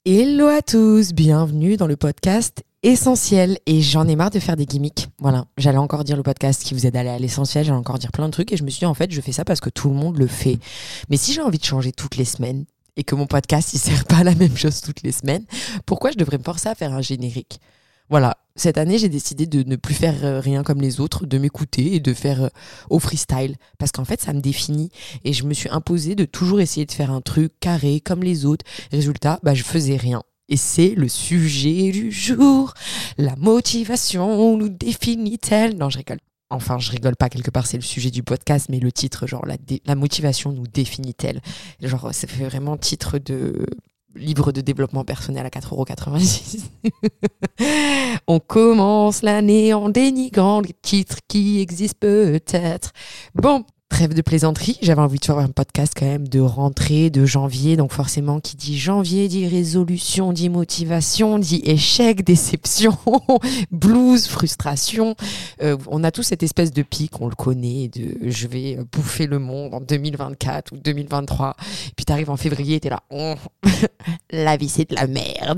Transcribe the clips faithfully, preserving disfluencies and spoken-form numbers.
Hello à tous, bienvenue dans le podcast Essentiel. Et j'en ai marre de faire des gimmicks. Voilà, j'allais encore dire le podcast qui vous aide à aller à l'essentiel, j'allais encore dire plein de trucs et je me suis dit en fait je fais ça parce que tout le monde le fait. Mais si j'ai envie de changer toutes les semaines et que mon podcast il sert pas à la même chose toutes les semaines, pourquoi je devrais me forcer à faire un générique ? Voilà, cette année j'ai décidé de ne plus faire euh, rien comme les autres, de m'écouter et de faire euh, au freestyle. Parce qu'en fait ça me définit et je me suis imposée de toujours essayer de faire un truc carré comme les autres. Résultat, bah, je faisais rien. Et c'est le sujet du jour. La motivation nous définit-elle ? Non, je rigole. Enfin, je rigole pas, quelque part, c'est le sujet du podcast, mais le titre, genre, la, dé- la motivation nous définit-elle ? Genre, ça fait vraiment titre de livre de développement personnel à quatre euros quatre-vingt-dix. On commence l'année en dénigrant les titres qui existent peut-être. Bon, trêve de plaisanterie, j'avais envie de faire un podcast quand même de rentrée, de janvier, donc forcément qui dit janvier, dit résolution, dit motivation, dit échec, déception, blues, frustration. Euh, on a tous cette espèce de pic, on le connaît, de je vais bouffer le monde en deux mille vingt-quatre ou deux mille vingt-trois, puis t'arrives en février et t'es là, oh, la vie c'est de la merde.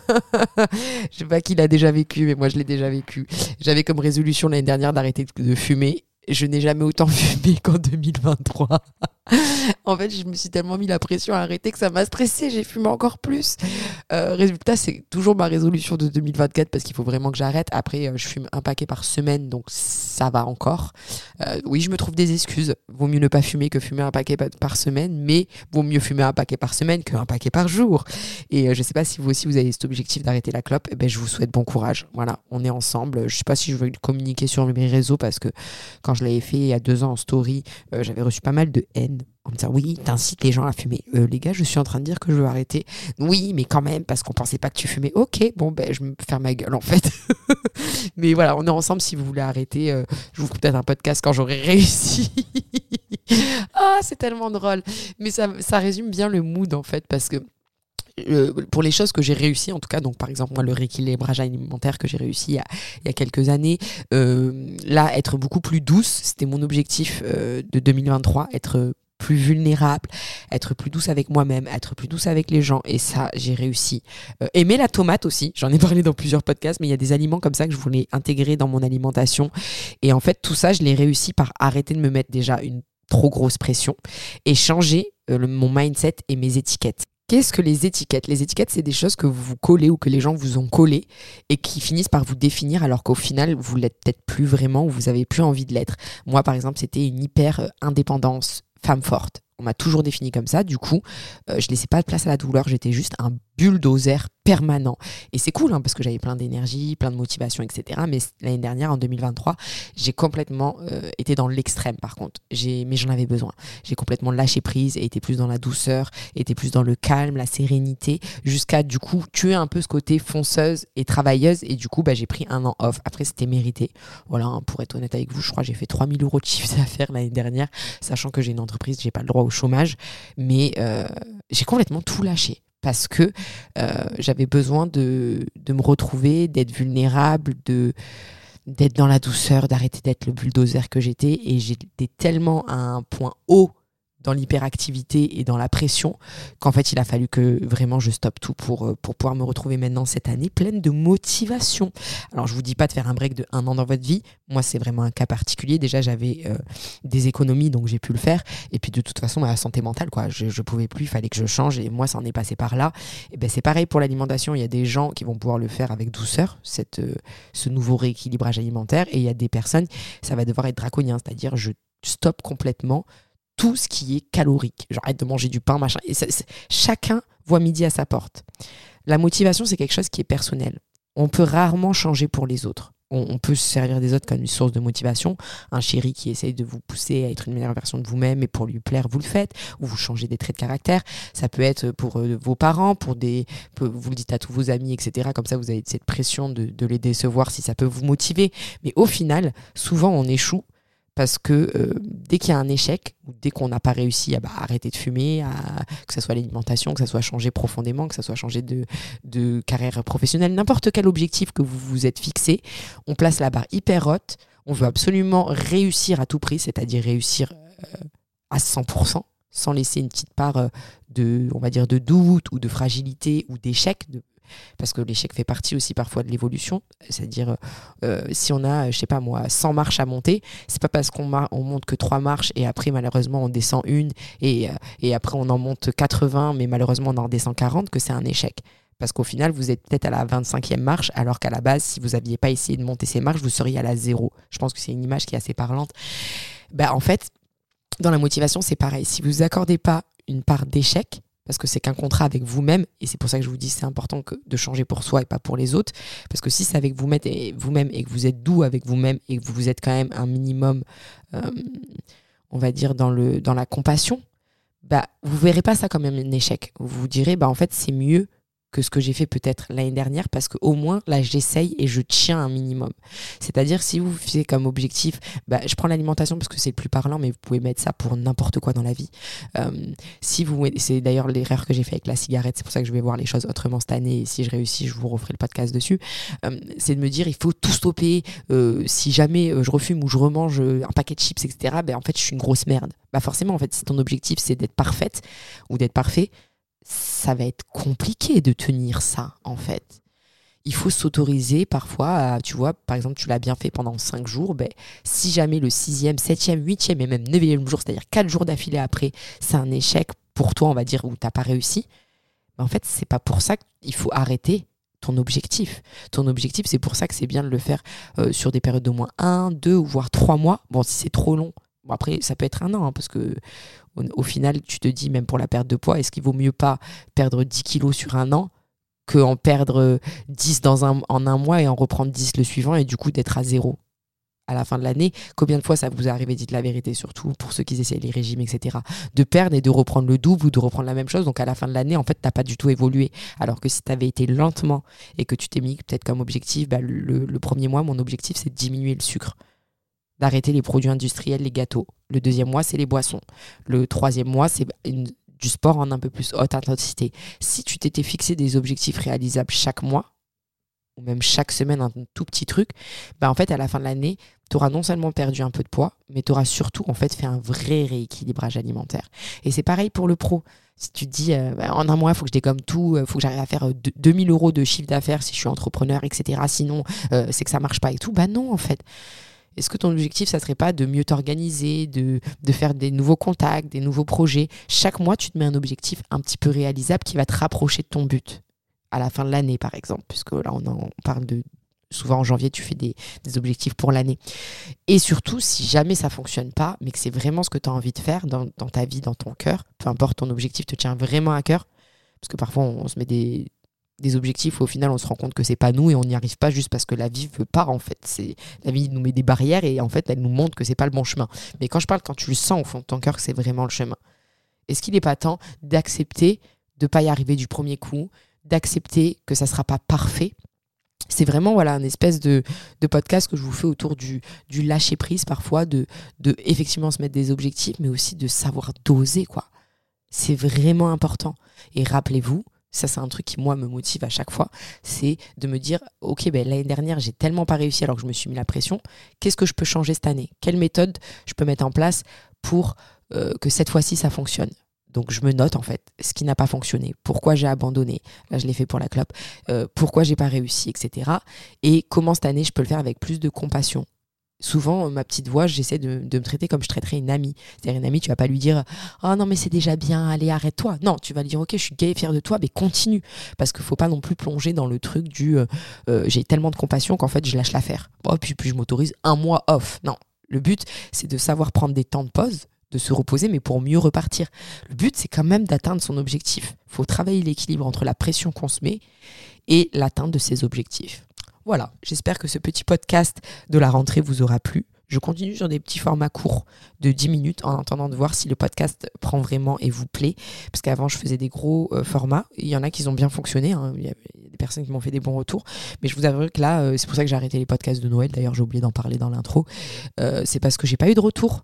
Je sais pas qui l'a déjà vécu, mais moi je l'ai déjà vécu. J'avais comme résolution l'année dernière d'arrêter de fumer. Je n'ai jamais autant fumé qu'en deux mille vingt-trois. En fait, je me suis tellement mis la pression à arrêter que ça m'a stressée. J'ai fumé encore plus. Euh, résultat, c'est toujours ma résolution de deux mille vingt-quatre parce qu'il faut vraiment que j'arrête. Après, euh, je fume un paquet par semaine, donc ça va encore. Euh, oui, je me trouve des excuses. Vaut mieux ne pas fumer que fumer un paquet par semaine, mais vaut mieux fumer un paquet par semaine qu'un paquet par jour. Et euh, je ne sais pas si vous aussi vous avez cet objectif d'arrêter la clope. Eh ben, je vous souhaite bon courage. Voilà, on est ensemble. Je ne sais pas si je vais le communiquer sur mes réseaux parce que quand je l'avais fait il y a deux ans en story, euh, j'avais reçu pas mal de haine en me disant oui, t'incites les gens à fumer. Euh, les gars, je suis en train de dire que je veux arrêter. Oui, mais quand même, parce qu'on pensait pas que tu fumais. Ok, bon, ben, je me ferme ma gueule en fait. Mais voilà, on est ensemble si vous voulez arrêter. Euh, je vous ferai peut-être un podcast quand j'aurai réussi. Ah, c'est tellement drôle. Mais ça, ça résume bien le mood en fait, parce que Euh, pour les choses que j'ai réussi, en tout cas, donc par exemple moi le rééquilibrage alimentaire que j'ai réussi il y a, il y a quelques années, euh, là être beaucoup plus douce, c'était mon objectif euh, de deux mille vingt-trois, être plus vulnérable, être plus douce avec moi-même, être plus douce avec les gens, et ça j'ai réussi. Euh, aimer la tomate aussi, j'en ai parlé dans plusieurs podcasts, mais il y a des aliments comme ça que je voulais intégrer dans mon alimentation, et en fait tout ça je l'ai réussi par arrêter de me mettre déjà une trop grosse pression et changer euh, le, mon mindset et mes étiquettes. Qu'est-ce que les étiquettes ? Les étiquettes, c'est des choses que vous vous collez ou que les gens vous ont collées et qui finissent par vous définir alors qu'au final, vous l'êtes peut-être plus vraiment ou vous avez plus envie de l'être. Moi, par exemple, c'était une hyper euh, indépendance, femme forte. On m'a toujours défini comme ça. Du coup, euh, je laissais pas de place à la douleur. J'étais juste un bulldozer permanent. Et c'est cool hein, parce que j'avais plein d'énergie, plein de motivation, et cetera. Mais l'année dernière, en deux mille vingt-trois, j'ai complètement euh, été dans l'extrême par contre. J'ai, mais j'en avais besoin. J'ai complètement lâché prise et été plus dans la douceur, été plus dans le calme, la sérénité, jusqu'à du coup tuer un peu ce côté fonceuse et travailleuse. Et du coup, bah, j'ai pris un an off. Après, c'était mérité. Voilà, hein, pour être honnête avec vous, je crois que j'ai fait trois mille euros de chiffre d'affaires l'année dernière, sachant que j'ai une entreprise, j'ai pas le droit au chômage. Mais euh, j'ai complètement tout lâché. Parce que euh, j'avais besoin de, de me retrouver, d'être vulnérable, de, d'être dans la douceur, d'arrêter d'être le bulldozer que j'étais. Et j'étais tellement à un point haut dans l'hyperactivité et dans la pression qu'en fait il a fallu que vraiment je stoppe tout pour, pour pouvoir me retrouver maintenant cette année pleine de motivation. Alors je vous dis pas de faire un break de un an dans votre vie, moi c'est vraiment un cas particulier. Déjà j'avais euh, des économies donc j'ai pu le faire, et puis de toute façon ma santé mentale quoi, je, je pouvais plus, il fallait que je change, et moi ça en est passé par là. Et ben c'est pareil pour l'alimentation, il y a des gens qui vont pouvoir le faire avec douceur, cette, euh, ce nouveau rééquilibrage alimentaire, et il y a des personnes, ça va devoir être draconien, c'est-à-dire je stoppe complètement tout ce qui est calorique. J'arrête de manger du pain, machin. Et ça, chacun voit midi à sa porte. La motivation, c'est quelque chose qui est personnel. On peut rarement changer pour les autres. On, on peut se servir des autres comme une source de motivation. Un chéri qui essaye de vous pousser à être une meilleure version de vous-même et pour lui plaire, vous le faites. Ou vous changez des traits de caractère. Ça peut être pour euh, vos parents, pour des, pour, vous le dites à tous vos amis, et cetera. Comme ça, vous avez cette pression de, de les décevoir si ça peut vous motiver. Mais au final, souvent, on échoue. Parce que euh, dès qu'il y a un échec, ou dès qu'on n'a pas réussi à bah, arrêter de fumer, à, que ce soit l'alimentation, que ça soit changer profondément, que ça soit changer de, de carrière professionnelle, n'importe quel objectif que vous vous êtes fixé, on place la barre hyper haute, on veut absolument réussir à tout prix, c'est-à-dire réussir euh, à cent pour cent. sans laisser une petite part euh, de, on va dire, de doute ou de fragilité ou d'échec, de, parce que l'échec fait partie aussi parfois de l'évolution. C'est-à-dire, euh, si on a, je sais pas moi, cent marches à monter, c'est pas parce qu'on mar- on monte que trois marches et après, malheureusement, on descend une et, euh, et après, on en monte quatre-vingts, mais malheureusement, on en redescend quarante, que c'est un échec. Parce qu'au final, vous êtes peut-être à la vingt-cinquième marche, alors qu'à la base, si vous n'aviez pas essayé de monter ces marches, vous seriez à la zéro. Je pense que c'est une image qui est assez parlante. Bah, en fait, dans la motivation, c'est pareil. Si vous ne vous accordez pas une part d'échec, parce que c'est qu'un contrat avec vous-même, et c'est pour ça que je vous dis que c'est important que de changer pour soi et pas pour les autres, parce que si c'est avec vous-même et, vous-même et que vous êtes doux avec vous-même et que vous êtes quand même un minimum, euh, on va dire, dans, le, dans la compassion, bah, vous ne verrez pas ça comme un échec. Vous vous direz, bah, en fait, c'est mieux que ce que j'ai fait peut-être l'année dernière, parce qu'au moins, là, j'essaye et je tiens un minimum. C'est-à-dire, si vous faites comme objectif, bah, je prends l'alimentation parce que c'est le plus parlant, mais vous pouvez mettre ça pour n'importe quoi dans la vie. Euh, si vous, c'est d'ailleurs l'erreur que j'ai fait avec la cigarette, c'est pour ça que je vais voir les choses autrement cette année, et si je réussis, je vous referai le podcast dessus. Euh, c'est de me dire, il faut tout stopper. Euh, si jamais euh, je refume ou je remange euh, un paquet de chips, et cetera, bah, en fait, je suis une grosse merde. Bah, forcément, en fait, si ton objectif, c'est d'être parfaite ou d'être parfait, ça va être compliqué de tenir ça, en fait. Il faut s'autoriser parfois à, tu vois, par exemple, tu l'as bien fait pendant cinq jours, ben, si jamais le sixième, septième, huitième et même neuvième jour, c'est-à-dire quatre jours d'affilée après, c'est un échec pour toi, on va dire, où tu n'as pas réussi, ben, en fait, c'est pas pour ça qu'il faut arrêter ton objectif. Ton objectif, c'est pour ça que c'est bien de le faire euh, sur des périodes d'au moins un, deux, voire trois mois. Bon, si c'est trop long, bon, après, ça peut être un an, hein, parce que au, au final, tu te dis, même pour la perte de poids, est-ce qu'il vaut mieux pas perdre dix kilos sur un an qu'en perdre dix dans un, en un mois et en reprendre dix le suivant et du coup d'être à zéro à la fin de l'année? Combien de fois ça vous est arrivé, dites la vérité, surtout pour ceux qui essayent les régimes, et cetera, de perdre et de reprendre le double ou de reprendre la même chose, donc à la fin de l'année, en fait, t'as pas du tout évolué. Alors que si tu avais été lentement et que tu t'es mis peut-être comme objectif, bah, le, le premier mois, mon objectif, c'est de diminuer le sucre, d'arrêter les produits industriels, les gâteaux. Le deuxième mois, c'est les boissons. Le troisième mois, c'est une, du sport en un peu plus haute intensité. Si tu t'étais fixé des objectifs réalisables chaque mois, ou même chaque semaine, un tout petit truc, bah en fait, à la fin de l'année, tu auras non seulement perdu un peu de poids, mais tu auras surtout en fait, fait un vrai rééquilibrage alimentaire. Et c'est pareil pour le pro. Si tu te dis, euh, bah, en un mois, il faut que je dégomme tout, il faut que j'arrive à faire deux mille euros de chiffre d'affaires si je suis entrepreneur, et cetera. Sinon, euh, c'est que ça ne marche pas et tout. Bah non, en fait. Est-ce que ton objectif, ça ne serait pas de mieux t'organiser, de, de faire des nouveaux contacts, des nouveaux projets? Chaque mois, tu te mets un objectif un petit peu réalisable qui va te rapprocher de ton but. À la fin de l'année, par exemple, puisque là, on, en, on parle de... Souvent, en janvier, tu fais des, des objectifs pour l'année. Et surtout, si jamais ça ne fonctionne pas, mais que c'est vraiment ce que tu as envie de faire dans, dans ta vie, dans ton cœur, peu importe, ton objectif te tient vraiment à cœur, parce que parfois, on, on se met des... des objectifs où au final on se rend compte que c'est pas nous et on n'y arrive pas juste parce que la vie veut pas, en fait. C'est, la vie nous met des barrières et en fait elle nous montre que c'est pas le bon chemin. Mais quand je parle, quand tu le sens au fond de ton cœur que c'est vraiment le chemin, est-ce qu'il n'est pas temps d'accepter de pas y arriver du premier coup, d'accepter que ça sera pas parfait? C'est vraiment voilà un espèce de, de podcast que je vous fais autour du, du lâcher prise parfois, de, de effectivement se mettre des objectifs, mais aussi de savoir doser, quoi. C'est vraiment important. Et rappelez-vous, ça c'est un truc qui moi me motive à chaque fois, c'est de me dire ok, ben l'année dernière j'ai tellement pas réussi alors que je me suis mis la pression, qu'est-ce que je peux changer cette année, quelle méthode je peux mettre en place pour euh, que cette fois-ci ça fonctionne. Donc je me note en fait ce qui n'a pas fonctionné, pourquoi j'ai abandonné, là je l'ai fait pour la clope, euh, pourquoi j'ai pas réussi, etc. Et comment cette année je peux le faire avec plus de compassion. Souvent, ma petite voix, j'essaie de, de me traiter comme je traiterais une amie. C'est-à-dire une amie, tu vas pas lui dire « Oh non, mais c'est déjà bien, allez, arrête-toi ». Non, tu vas lui dire « Ok, je suis gay et fière de toi, mais continue ». Parce qu'il faut pas non plus plonger dans le truc du euh, euh, « J'ai tellement de compassion qu'en fait, je lâche l'affaire ». Oh, puis, puis je m'autorise un mois off. Non, le but, c'est de savoir prendre des temps de pause, de se reposer, mais pour mieux repartir. Le but, c'est quand même d'atteindre son objectif. Il faut travailler l'équilibre entre la pression qu'on se met et l'atteinte de ses objectifs. Voilà, j'espère que ce petit podcast de la rentrée vous aura plu. Je continue sur des petits formats courts de dix minutes en attendant de voir si le podcast prend vraiment et vous plaît. Parce qu'avant, je faisais des gros euh, formats. Il y en a qui ont bien fonctionné. Hein. Il y a des personnes qui m'ont fait des bons retours. Mais je vous avoue que là, euh, c'est pour ça que j'ai arrêté les podcasts de Noël. D'ailleurs, j'ai oublié d'en parler dans l'intro. Euh, c'est parce que j'ai pas eu de retour.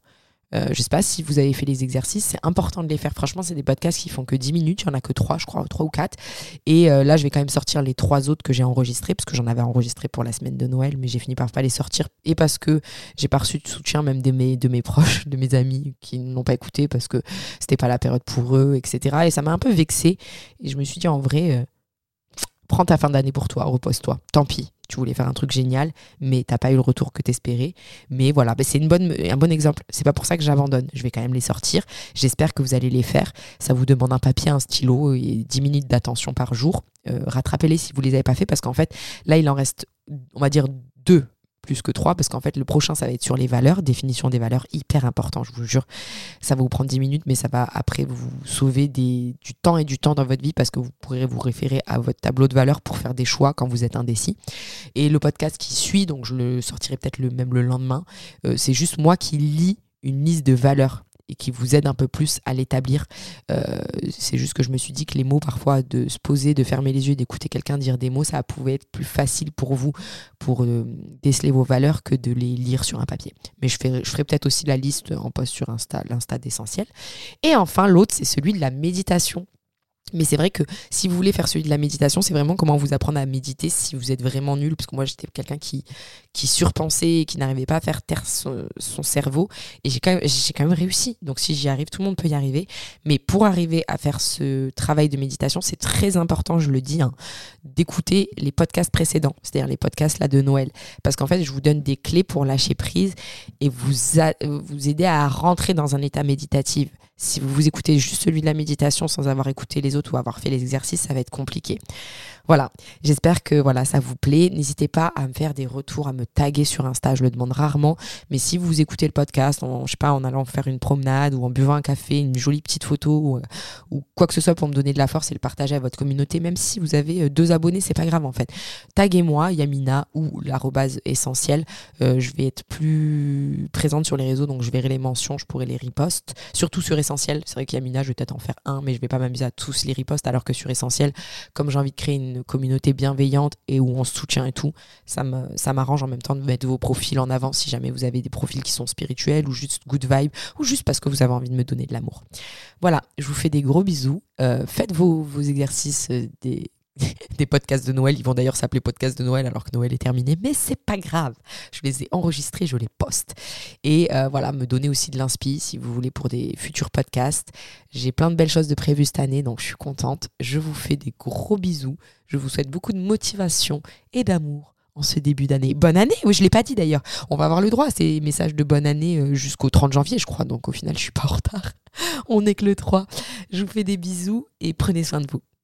Euh, je sais pas si vous avez fait les exercices, c'est important de les faire. Franchement, c'est des podcasts qui font que dix minutes, il y en a que trois, je crois, trois ou quatre. Et euh, là, je vais quand même sortir les trois autres que j'ai enregistrés, parce que j'en avais enregistré pour la semaine de Noël, mais j'ai fini par pas les sortir. Et parce que j'ai pas reçu de soutien même de mes, de mes proches, de mes amis qui n'ont pas écouté parce que c'était pas la période pour eux, et cetera. Et ça m'a un peu vexée. Et je me suis dit, en vrai, euh, prends ta fin d'année pour toi, repose-toi. Tant pis. Tu voulais faire un truc génial, mais t'as pas eu le retour que t'espérais. Mais voilà, bah c'est une bonne, un bon exemple. C'est pas pour ça que j'abandonne. Je vais quand même les sortir. J'espère que vous allez les faire. Ça vous demande un papier, un stylo et dix minutes d'attention par jour. Euh, rattrapez-les si vous les avez pas fait, parce qu'en fait, là, il en reste, on va dire, deux plus que trois, parce qu'en fait, le prochain, ça va être sur les valeurs, définition des valeurs, hyper important, je vous jure. Ça va vous prendre dix minutes, mais ça va après vous sauver des, du temps et du temps dans votre vie, parce que vous pourrez vous référer à votre tableau de valeurs pour faire des choix quand vous êtes indécis. Et le podcast qui suit, donc je le sortirai peut-être le, même le lendemain, euh, c'est juste moi qui lis une liste de valeurs et qui vous aide un peu plus à l'établir. Euh, c'est juste que je me suis dit que les mots, parfois, de se poser, de fermer les yeux, d'écouter quelqu'un dire des mots, ça pouvait être plus facile pour vous, pour euh, déceler vos valeurs, que de les lire sur un papier. Mais je ferai, je ferai peut-être aussi la liste en post sur Insta, l'Insta d'Essentiel. Et enfin, l'autre, c'est celui de la méditation. Mais c'est vrai que si vous voulez faire celui de la méditation, c'est vraiment comment vous apprendre à méditer si vous êtes vraiment nul. Parce que moi, j'étais quelqu'un qui, qui surpensait et qui n'arrivait pas à faire taire son, son cerveau. Et j'ai quand même, j'ai quand même réussi. Donc si j'y arrive, tout le monde peut y arriver. Mais pour arriver à faire ce travail de méditation, c'est très important, je le dis, hein, d'écouter les podcasts précédents. C'est-à-dire les podcasts là de Noël. Parce qu'en fait, je vous donne des clés pour lâcher prise et vous, a, vous aider à rentrer dans un état méditatif. Si vous vous écoutez juste celui de la méditation sans avoir écouté les autres ou avoir fait les exercices, ça va être compliqué. Voilà, j'espère que voilà, ça vous plaît. N'hésitez pas à me faire des retours, à me taguer sur Insta, je le demande rarement. Mais si vous écoutez le podcast, en, je sais pas, en allant faire une promenade ou en buvant un café, une jolie petite photo ou, ou quoi que ce soit pour me donner de la force et le partager à votre communauté, même si vous avez deux abonnés, c'est pas grave en fait. Taguez-moi, Yamina ou l'arobase essentiel. Euh, je vais être plus présente sur les réseaux, donc je verrai les mentions, je pourrai les repost. Surtout sur Essentiel. C'est vrai qu'Yamina, je vais peut-être en faire un, mais je vais pas m'amuser à tous les reposts, alors que sur Essentiel, comme j'ai envie de créer une communauté bienveillante et où on se soutient et tout, ça me, ça m'arrange en même temps de mettre vos profils en avant si jamais vous avez des profils qui sont spirituels ou juste good vibe ou juste parce que vous avez envie de me donner de l'amour. Voilà, je vous fais des gros bisous. Euh, faites vos, vos exercices euh, des des podcasts de Noël. Ils vont d'ailleurs s'appeler podcasts de Noël alors que Noël est terminé, mais c'est pas grave. Je les ai enregistrés, je les poste. Et euh, voilà, me donner aussi de l'inspi si vous voulez pour des futurs podcasts. J'ai plein de belles choses de prévues cette année, donc je suis contente. Je vous fais des gros bisous. Je vous souhaite beaucoup de motivation et d'amour en ce début d'année. Bonne année, oui, je ne l'ai pas dit d'ailleurs. On va avoir le droit à ces messages de bonne année jusqu'au trente janvier, je crois. Donc au final, je ne suis pas en retard. On n'est que le trois. Je vous fais des bisous et prenez soin de vous.